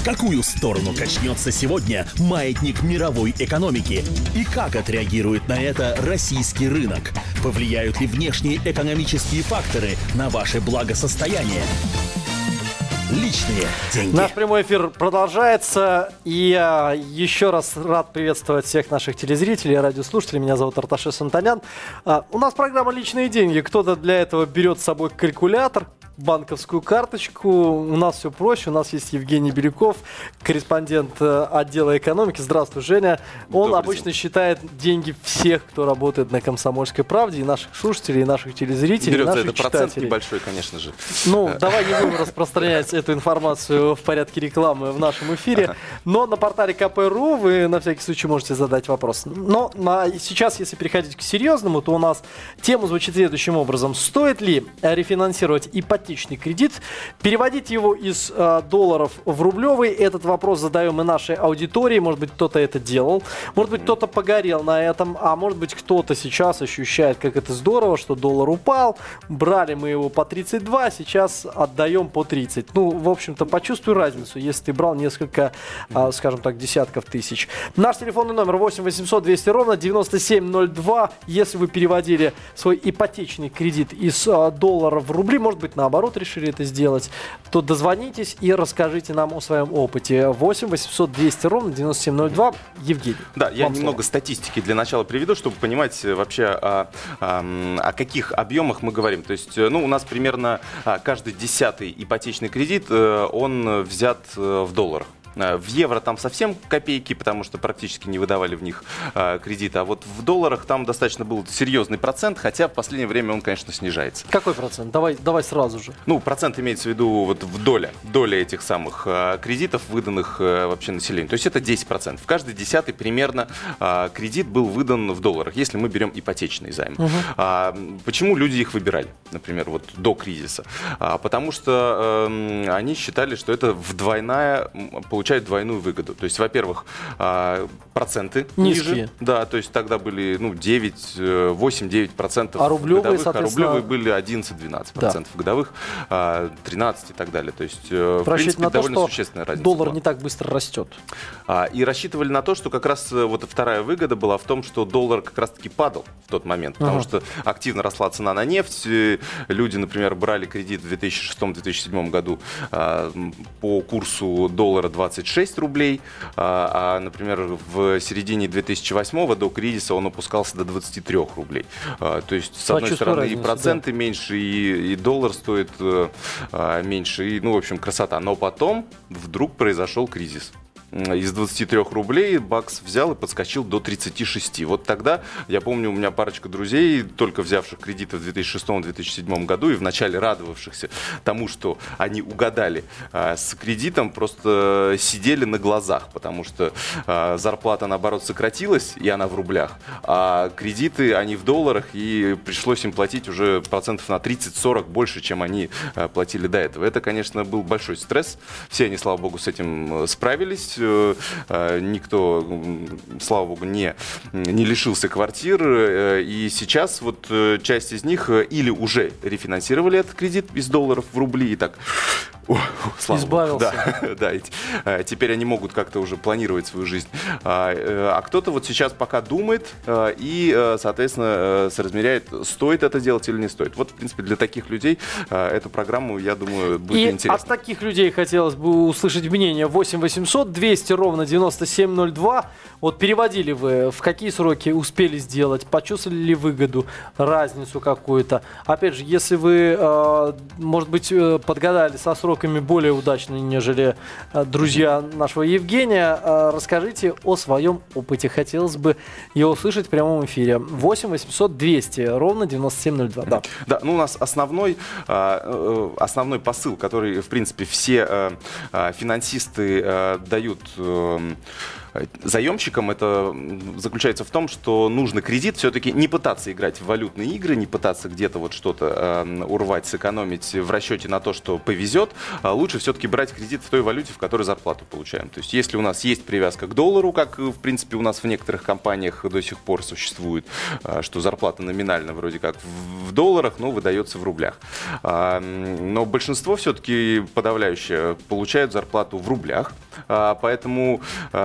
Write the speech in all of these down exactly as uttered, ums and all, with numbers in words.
какую сторону качнется сегодня маятник мировой экономики? И как отреагирует на это российский рынок? Повлияют ли внешние экономические факторы на ваше благосостояние? Личные деньги. Наш прямой эфир продолжается. И я еще раз рад приветствовать всех наших телезрителей и радиослушателей. Меня зовут Арташес Антонян. А, у нас программа «Личные деньги». Кто-то для этого берет с собой калькулятор, банковскую карточку. У нас все проще. У нас есть Евгений Беляков, корреспондент отдела экономики. Здравствуй, Женя. Он Добрый обычно день. считает деньги всех, кто работает на «Комсомольской правде», и наших слушателей, и наших телезрителей, и Берется наших это процент читателей. небольшой, конечно же. Ну, давай не будем распространять эту информацию в порядке рекламы в нашем эфире. Ага. Но на портале ка пэ точка ру вы на всякий случай можете задать вопрос. Но на, сейчас, если переходить к серьезному, то у нас тема звучит следующим образом. Стоит ли рефинансировать ипотечный кредит, переводить его из э, долларов в рублевый? Этот вопрос задаем и нашей аудитории. Может быть, кто-то это делал. Может быть, кто-то погорел на этом. А может быть, кто-то сейчас ощущает, как это здорово, что доллар упал. Брали мы его по тридцать два, сейчас отдаем по тридцать. Ну, в общем-то, почувствуй разницу, если ты брал несколько, а, скажем так, десятков тысяч. Наш телефонный номер восемь восемьсот двести ровно девяносто семь ноль два. Если вы переводили свой ипотечный кредит из а, долларов в рубли, может быть, наоборот, решили это сделать, то дозвонитесь и расскажите нам о своем опыте. восемь восемьсот двести ровно девяносто семь ноль два. Евгений. Да, я вам немного слово. статистики для начала приведу, чтобы понимать вообще, о, о, о каких объемах мы говорим. То есть, ну, у нас примерно каждый десятый ипотечный кредит, он взят в долларах. В евро там совсем копейки, потому что практически не выдавали в них э, кредиты. А вот в долларах там достаточно был серьезный процент, хотя в последнее время он, конечно, снижается. Какой процент? Давай, давай сразу же. Ну, процент имеется в виду вот в доле, доля этих самых э, кредитов, выданных э, вообще населению. То есть это десять процентов. В каждый десятый примерно э, кредит был выдан в долларах, если мы берем ипотечные займы. Uh-huh. А, почему люди их выбирали, например, вот до кризиса? А, потому что э, они считали, что это вдвойная, получается, получают двойную выгоду. То есть, во-первых, проценты низкие. Ниже. Да, то есть тогда были ну, девять, восемь-девять процентов а рублевые, годовых, а соответственно... рублевые были одиннадцать-двенадцать процентов да. годовых, тринадцать и так далее. То есть, в Просчитывать принципе, на довольно то, существенная разница доллар была. не так быстро растет. И рассчитывали на то, что как раз вот вторая выгода была в том, что доллар как раз-таки падал в тот момент, потому uh-huh. что активно росла цена на нефть. Люди, например, брали кредит в две тысячи шестом - две тысячи седьмом году по курсу доллара двадцать шесть рублей, а, а, например, в середине две тысячи восьмого до кризиса он опускался до двадцати трёх рублей. А, то есть, с одной стороны, разницу, и проценты да. меньше, и, и доллар стоит а, меньше, и, ну, в общем, красота. Но потом вдруг произошел кризис. Из двадцати трёх рублей бакс взял и подскочил до тридцати шести. Вот тогда, я помню, у меня парочка друзей, только взявших кредиты в две тысячи шестом - две тысячи седьмом году и вначале радовавшихся тому, что они угадали а, с кредитом, просто сидели на глазах, потому что а, зарплата, наоборот, сократилась, и она в рублях, а кредиты, они в долларах, и пришлось им платить уже процентов на тридцать-сорок больше, чем они а, платили до этого. Это, конечно, был большой стресс. Все они, слава богу, с этим справились. Никто, слава богу, не, не лишился квартир. И сейчас вот часть из них или уже рефинансировали этот кредит из долларов в рубли и так... О, слава избавился. Богу. Да, да. Теперь они могут как-то уже планировать свою жизнь. А кто-то вот сейчас пока думает и, соответственно, соразмеряет, стоит это делать или не стоит. Вот, в принципе, для таких людей эту программу, я думаю, будет и интересно. От таких людей хотелось бы услышать мнение. восемь восемьсот двести ровно девяносто семь ноль два. Вот переводили вы, в какие сроки успели сделать, почувствовали ли выгоду, разницу какую-то. Опять же, если вы, может быть, подгадали со сроками более удачно, нежели друзья нашего Евгения, расскажите о своем опыте. Хотелось бы его услышать в прямом эфире. восемь восемьсот двести ровно девяносто семь ноль два. Да. Да, ну у нас основной, основной посыл, который, в принципе, все финансисты дают заемщикам это заключается в том, что нужно кредит все-таки не пытаться играть в валютные игры, не пытаться где-то вот что-то э, урвать, сэкономить в расчете на то, что повезет. А лучше все-таки брать кредит в той валюте, в которой зарплату получаем. То есть если у нас есть привязка к доллару, как в принципе у нас в некоторых компаниях до сих пор существует, что зарплата номинально вроде как в долларах, но выдается в рублях. Но большинство все-таки подавляющее получают зарплату в рублях. Поэтому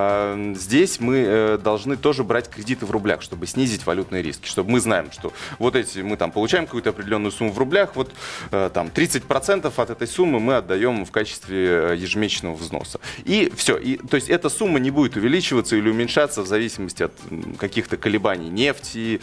здесь мы должны тоже брать кредиты в рублях, чтобы снизить валютные риски. Чтобы мы знаем, что вот эти мы там получаем какую-то определенную сумму в рублях, вот там тридцать процентов от этой суммы мы отдаем в качестве ежемесячного взноса. И все. И, то есть эта сумма не будет увеличиваться или уменьшаться в зависимости от каких-то колебаний нефти,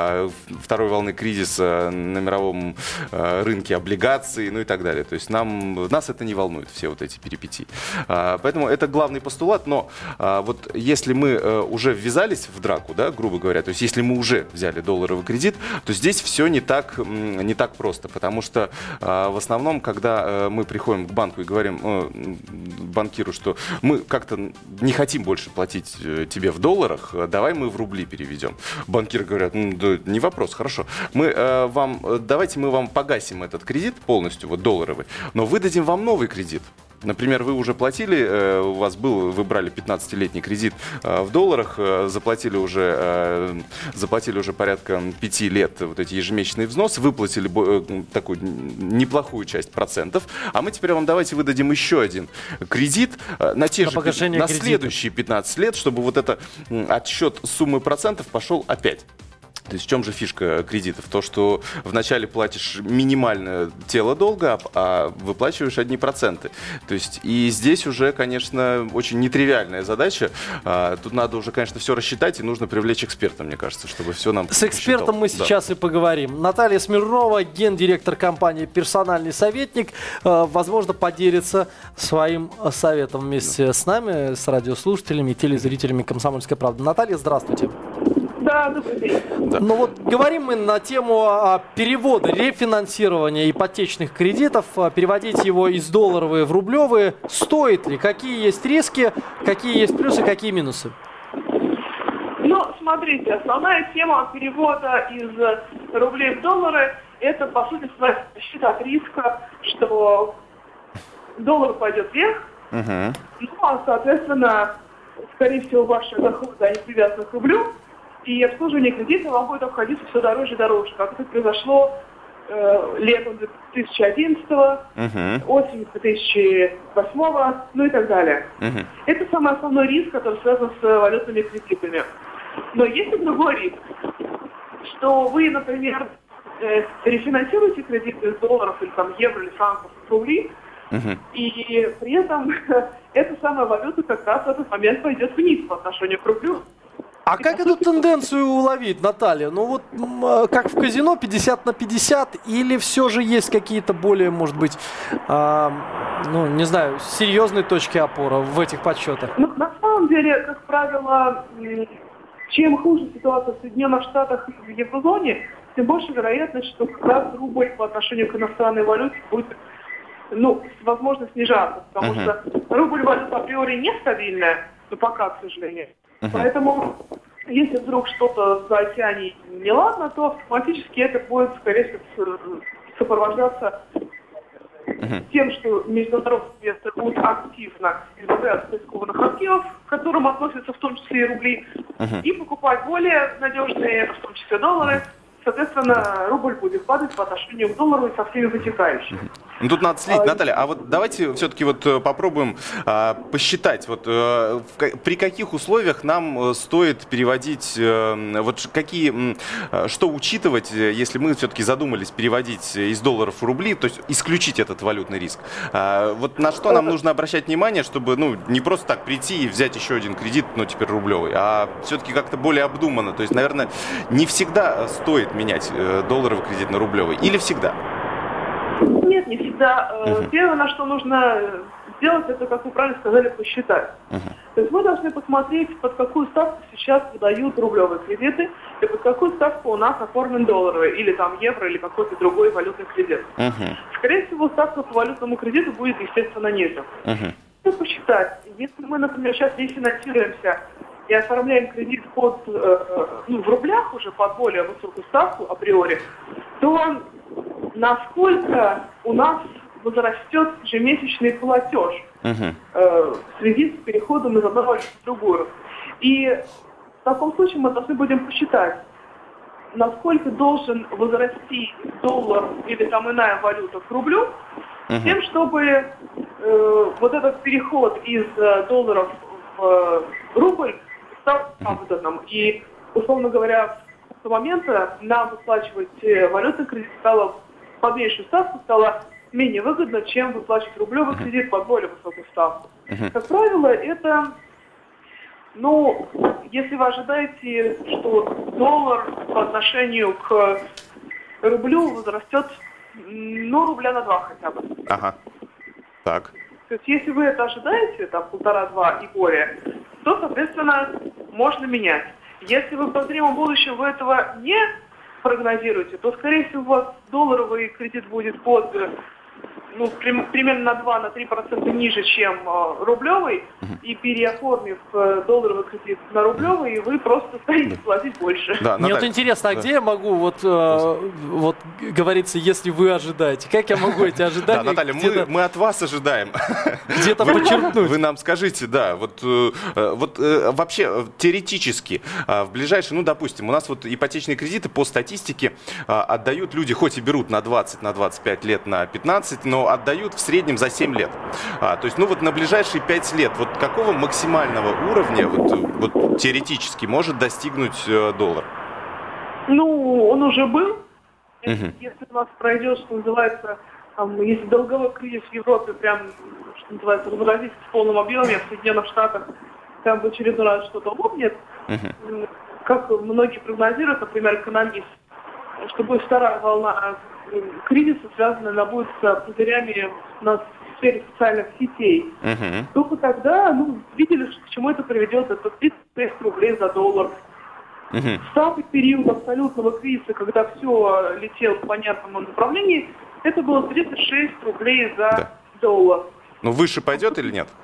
второй волны кризиса на мировом рынке облигаций, ну и так далее. То есть нам, нас это не волнует, все вот эти перипетии. Поэтому это главный постулат, но вот если мы уже ввязались в драку, да, грубо говоря, то есть если мы уже взяли долларовый кредит, то здесь все не так, не так просто, потому что в основном, когда мы приходим к банку и говорим банкиру, что мы как-то не хотим больше платить тебе в долларах, давай мы в рубли переведем. Банкиры говорят, ну, да, не вопрос, хорошо. Мы э, вам, давайте мы вам погасим этот кредит полностью, вот долларовый, но выдадим вам новый кредит. Например, вы уже платили, у вас был, вы брали пятнадцатилетний кредит в долларах, заплатили уже, заплатили уже порядка пяти лет вот эти ежемесячные взносы, выплатили такую неплохую часть процентов, а мы теперь вам давайте выдадим еще один кредит на те же, на, на следующие пятнадцать лет, чтобы вот это отсчет суммы процентов пошел опять. То есть в чем же фишка кредитов? То, что вначале платишь минимальное тело долга, а выплачиваешь одни проценты. То есть и здесь уже, конечно, очень нетривиальная задача. Тут надо уже, конечно, все рассчитать, и нужно привлечь эксперта, мне кажется, чтобы все нам С экспертом мы сейчас да. и поговорим. Наталья Смирнова, гендиректор компании «Персональный советник», возможно, поделится своим советом вместе да. с нами, с радиослушателями и телезрителями «Комсомольской правды». Наталья, здравствуйте. Да, добрый день. Да. Ну вот говорим мы на тему а, перевода, рефинансирования ипотечных кредитов, а, переводить его из долларовые в рублевые. Стоит ли? Какие есть риски, какие есть плюсы, какие минусы? Ну, смотрите, основная тема перевода из рублей в доллары – это, по сути, защита от риска, что доллар пойдет вверх, uh-huh. ну, а, соответственно, скорее всего, ваши доходы, они привязаны к рублю, и обслуживание кредита вам будет обходиться все дороже и дороже, как это произошло э, летом две тысячи одиннадцатого, uh-huh. осенью две тысячи восьмого, ну и так далее. Uh-huh. Это самый основной риск, который связан с валютными кредитами. Но есть и другой риск, что вы, например, э, рефинансируете кредиты из долларов или там евро или франков в рубли, uh-huh. и при этом эта самая валюта как раз в этот момент пойдет вниз по отношению к рублю. А как эту тенденцию уловить, Наталья? Ну вот как в казино пятьдесят на пятьдесят или все же есть какие-то более, может быть, э, ну не знаю, серьезные точки опоры в этих подсчетах? Ну, на самом деле, как правило, чем хуже ситуация в Соединенных Штатах и в еврозоне, тем больше вероятность, что как раз рубль по отношению к иностранной валюте будет, ну, возможно, снижаться. Потому uh-huh. что рубль валюта априори нестабильная, но пока, к сожалению. Uh-huh. Поэтому, если вдруг что-то в заокеане неладно, то автоматически это будет, скорее всего, сопровождаться uh-huh. тем, что международные инвесторы будут активно избавляться от рискованных активов, к которым относятся в том числе и рубли, uh-huh. и покупать более надежные, в том числе доллары. Соответственно, рубль будет падать по отношению к доллару и со всеми вытекающими. Ну, тут надо следить, а, Наталья. А вот давайте все-таки вот попробуем а, посчитать, вот а, в, при каких условиях нам стоит переводить, а, вот какие, а, что учитывать, если мы все-таки задумались переводить из долларов в рубли, то есть исключить этот валютный риск. А, вот на что нам нужно обращать внимание, чтобы, ну, не просто так прийти и взять еще один кредит, но теперь рублевый, а все-таки как-то более обдуманно. То есть, наверное, не всегда стоит менять э, долларовый кредит на рублевый? Или всегда? Нет, не всегда. Uh-huh. Первое, на что нужно сделать, это, как вы правильно сказали, посчитать. Uh-huh. То есть мы должны посмотреть, под какую ставку сейчас выдают рублевые кредиты, и под какую ставку у нас оформлен долларовый, или там евро, или какой-то другой валютный кредит. Uh-huh. Скорее всего, ставка по валютному кредиту будет, естественно, ниже. Uh-huh. Посчитать. Если мы, например, сейчас рефинансируемся и оформляем кредит под, э, ну, в рублях уже под более высокую ставку априори, то насколько у нас возрастет ежемесячный платеж uh-huh. э, в связи с переходом из одной валюты в другую. И в таком случае мы должны будем посчитать, насколько должен возрасти доллар или там иная валюта к рублю, uh-huh. с тем, чтобы э, вот этот переход из э, долларов в э, рубль стал выгодным. Uh-huh. И, условно говоря, с этого момента нам выплачивать э, валютный кредит стало под меньшую ставку, стало менее выгодно, чем выплачивать рублевый uh-huh. кредит под более высокую ставку. Uh-huh. Как правило, это, ну, если вы ожидаете, что доллар по отношению к рублю возрастет, ну, рубля на два хотя бы. Ага. Так. То есть, если вы это ожидаете, там, полтора-два и более, то, соответственно, можно менять. Если вы в обозримом будущем вы этого не прогнозируете, то, скорее всего, у вас долларовый кредит будет под, ну, примерно на два-три процента ниже, чем э, рублевый, uh-huh. и переоформив э, долларовый кредит на рублевый, вы просто станете платить больше. Да, мне вот интересно, а да. где я могу, вот, э, вот говорится, если вы ожидаете, как я могу эти ожидания... Да, Наталья, мы, мы от вас ожидаем. Где-то подчеркнуть. Вы нам скажите, да, вот, вот вообще теоретически в ближайшие, ну, допустим, у нас вот ипотечные кредиты по статистике отдают люди, хоть и берут на двадцать, на двадцать пять лет, на пятнадцать, но отдают в среднем за семь лет. А, то есть, ну вот на ближайшие пять лет, вот какого максимального уровня вот, вот, теоретически может достигнуть э, доллар? Ну, он уже был. Если, uh-huh. если у нас пройдет, что называется, там, если долговой кризис в Европе прям, что называется, разразится в полном объеме, в Соединенных Штатах там в очередной раз что-то лопнет, uh-huh. как многие прогнозируют, например, экономисты, что будет вторая волна кризиса, связанная, она будет с пузырями на сфере социальных сетей. Uh-huh. Только тогда, ну, видели, к чему это приведет. Это тридцать шесть рублей за доллар. Uh-huh. В самый период абсолютного кризиса, когда все летело в понятном направлении, это было тридцать шесть рублей за да. доллар. Ну, выше пойдет или нет?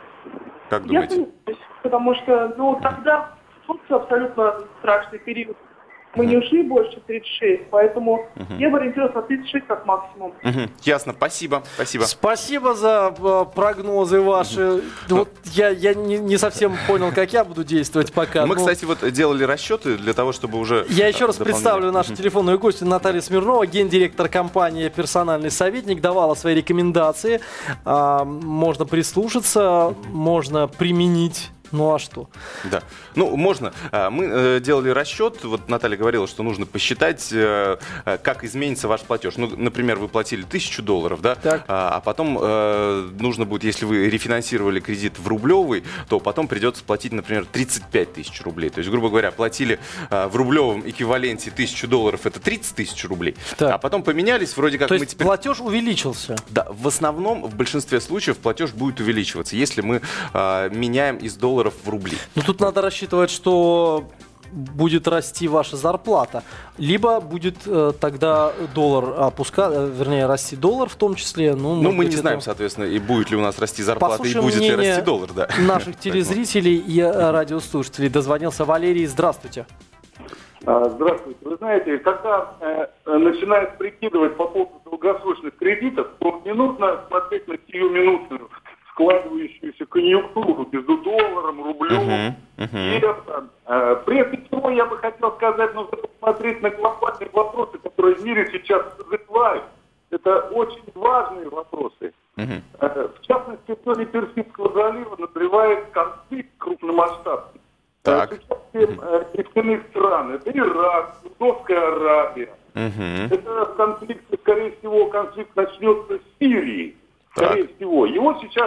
Как думаете? Я думаю, потому что, ну, тогда случился абсолютно страшный период. Мы не ушли больше тридцать шесть, поэтому uh-huh. я бы ориентировался на тридцать шесть как максимум. Uh-huh. Ясно, спасибо, спасибо. Спасибо за э, прогнозы ваши. Uh-huh. Вот uh-huh. я, я не, не совсем понял, как я буду действовать пока. Мы, но... кстати, вот делали расчеты для того, чтобы уже... Я еще раз представлю нашу uh-huh. телефонную гостью Наталья Смирнова, гендиректор компании «Персональный советник», давала свои рекомендации. А, можно прислушаться, можно применить. Ну а что? Да. Ну, можно. Мы э, делали расчет. Вот Наталья говорила, что нужно посчитать, э, как изменится ваш платеж. Ну, например, вы платили тысячу долларов, да? Так. А, а потом э, нужно будет, если вы рефинансировали кредит в рублевый, то потом придется платить, например, тридцать пять тысяч рублей. То есть, грубо говоря, платили э, в рублевом эквиваленте тысячу долларов, это тридцать тысяч рублей. Так. А потом поменялись, вроде как то мы есть теперь... платеж увеличился? Да. В основном, в большинстве случаев, платеж будет увеличиваться, если мы э, меняем из долларов в рубли. Ну тут надо рассчитывать, что будет расти ваша зарплата, либо будет э, тогда доллар опускаться, вернее расти доллар в том числе. Ну, ну мы не быть, знаем, это... соответственно, и будет ли у нас расти зарплата, Послушаем и будет ли расти доллар, да. Наших телезрителей и радиослушателей. Дозвонился Валерий. Здравствуйте. Здравствуйте. Вы знаете, когда э, начинают прикидывать по поводу долгосрочных кредитов, то не нужно смотреть на сиюминутную складывающуюся конъюнктуру между долларом, рублем uh-huh, uh-huh. и евро. Э, прежде всего, я бы хотел сказать, нужно посмотреть на глобальные вопросы, которые в мире сейчас вызывают. Это очень важные вопросы. Uh-huh. Э, в частности, в зоне Персидского залива назревает конфликт крупномасштабный. Так. С участием uh-huh. нефтяных стран. Это Ирак, Саудовская Аравия. Uh-huh. Это конфликт, скорее всего, конфликт начнется в Сирии. Скорее так. всего. Его сейчас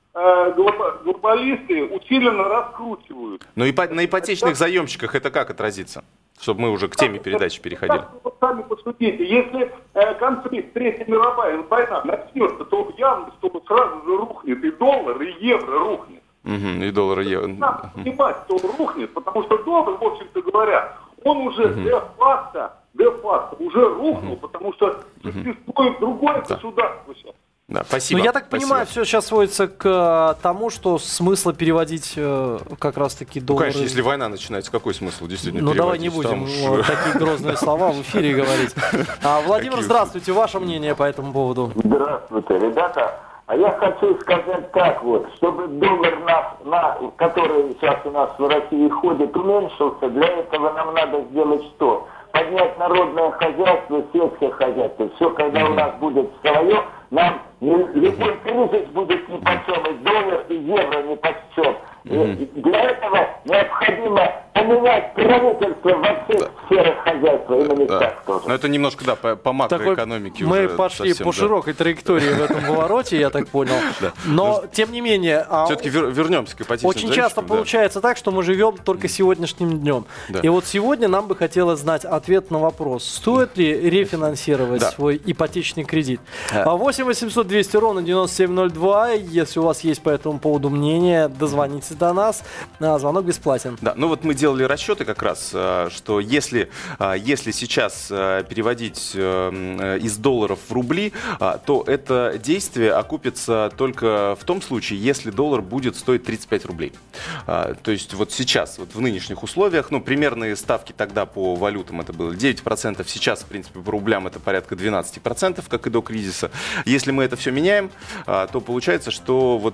э, глобалисты усиленно раскручивают. Но и на ипотечных это... заемщиках это как отразится? Чтобы мы уже к теме передачи переходили. Вот сами посудите. Если э, конфликт, Третья мировая война начнется, то явно, что сразу же рухнет и доллар, и евро рухнет. Угу, и доллар, и евро. Надо понимать, что он рухнет, потому что доллар, в общем-то говоря, он уже угу. де-факто, де-факто уже рухнул, угу. потому что существует другое да. государство сейчас. Да, спасибо. Ну, я так спасибо. понимаю, все сейчас сводится к тому, что смысла переводить э, как раз-таки доллары. Ну, конечно, если война начинается, какой смысл действительно Ну, давай переводить? не будем Там вот уж- такие грозные слова в эфире говорить. А, Владимир, Какие- здравствуйте. Ваше мнение по этому поводу? Здравствуйте, ребята. А я хочу сказать так вот, чтобы доллар, на, на, который сейчас у нас в России ходит, уменьшился, для этого нам надо сделать что? Поднять народное хозяйство, сельское хозяйство. Все, когда у нас будет свое, нам не- любой кризис будет нипочем, и доллар, и евро нипочем. И для этого необходимо поменять правительство во всех сферах хозяйства, и на местах Да. тоже. Но это немножко, да, по, по макроэкономике мы уже пошли совсем, по да. широкой траектории в этом повороте, я так понял. Но, тем не менее... а, Все-таки вернемся к ипотечным Очень часто заемщикам, да. получается так, что мы живем только сегодняшним днем. Да. И вот сегодня нам бы хотелось знать ответ на вопрос, стоит ли рефинансировать Да. свой ипотечный кредит. Да. А восемь восемьсот двести ровно девяносто семь ноль два. Если у вас есть по этому поводу мнение, дозвонитесь до нас. А, Звонок бесплатен. Да, ну вот мы делали расчеты как раз, а, что если, а, если сейчас а, переводить а, из долларов в рубли, а, то это действие окупится только в том случае, если доллар будет стоить тридцать пять рублей. А, То есть вот сейчас, вот в нынешних условиях, ну, примерные ставки тогда по валютам это было девять процентов, сейчас, в принципе, по рублям это порядка двенадцать процентов, как и до кризиса. Если мы это все меняем, а, то получается, что вот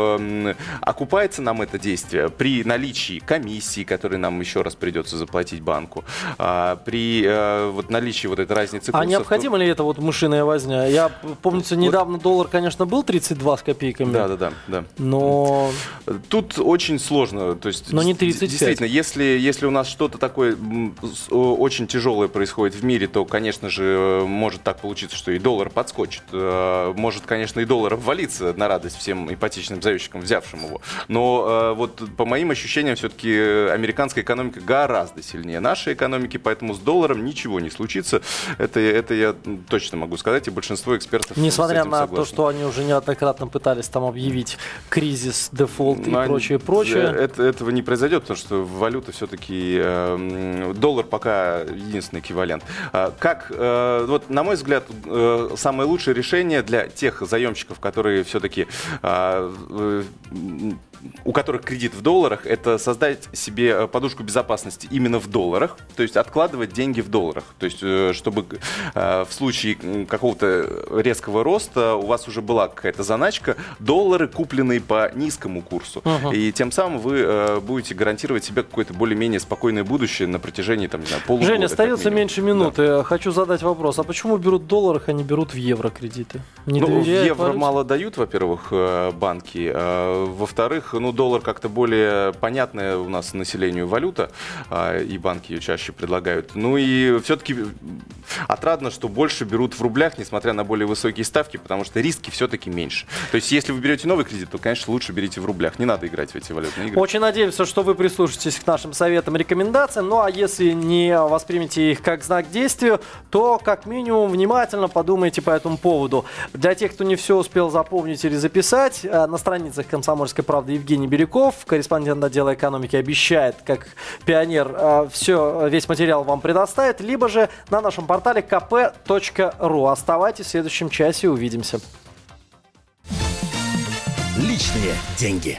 э, окупается нам это действие при наличии комиссии, которые нам еще раз придется заплатить банку, а, при э, вот наличии вот этой разницы курсов. А необходимо ли это вот мышиная возня? Я, помнится, недавно доллар, конечно, был тридцать два с копейками. Да, да, да, да. Но... Тут очень сложно, то есть Но не дес- тридцать пять. действительно, если, если у нас что-то такое м, с- о- очень тяжелое происходит в мире, то, конечно же, э, может так получиться, что и доллар подскочит. Э, Может, конечно, и доллар обвалится на радость всем ипотечным заемщикам, взявшим его. Но э, вот по моим ощущениям, все-таки американская экономика гораздо сильнее нашей экономики, поэтому с долларом ничего не случится. Это, это я точно могу сказать, и большинство экспертов Несмотря с этим на согласны. то, что они уже неоднократно пытались там объявить кризис, дефолт и Ну, они- прочее, прочее. Это, этого не произойдет, потому что валюта все-таки э, доллар пока единственный эквивалент. А Как, э, вот, на мой взгляд, э, самое лучшее решение для тех заемщиков, которые все-таки у которых кредит в долларах, это создать себе подушку безопасности именно в долларах, то есть откладывать деньги в долларах, то есть э, чтобы э, в случае какого-то резкого роста у вас уже была какая-то заначка, доллары, купленные по низкому курсу, Ага. и тем самым вы э, будете гарантировать себе какое-то более-менее спокойное будущее на протяжении, там, не знаю, полугода. Женя, как остается минимум. меньше минуты. Хочу задать вопрос. А почему берут в долларах, а не берут в евро кредиты? Не Ну, в доверяют евро валюте? мало дают, во-первых, э, банки. А, Во-вторых, ну, доллар как-то более понятная у нас населению валюта, а, и банки ее чаще предлагают. Ну и все-таки отрадно, что больше берут в рублях, несмотря на более высокие ставки, потому что риски все-таки меньше. То есть, если вы берете новый кредит, то, конечно, лучше берите в рублях. Не надо играть в эти валютные игры. Очень надеемся, что вы прислушаетесь к нашим советам и рекомендациям. Ну а если не воспримете их как знак действия, то как минимум внимательно подумайте по этому поводу. Для тех, кто не все успел запомнить или записать, на страницах «Комсомольской правды» Евгений Бирюков, корреспондент отдела экономики, обещает, как пионер, все, весь материал вам предоставит, либо же на нашем портале ка пэ точка ру. Оставайтесь в следующем часе, увидимся. Личные деньги.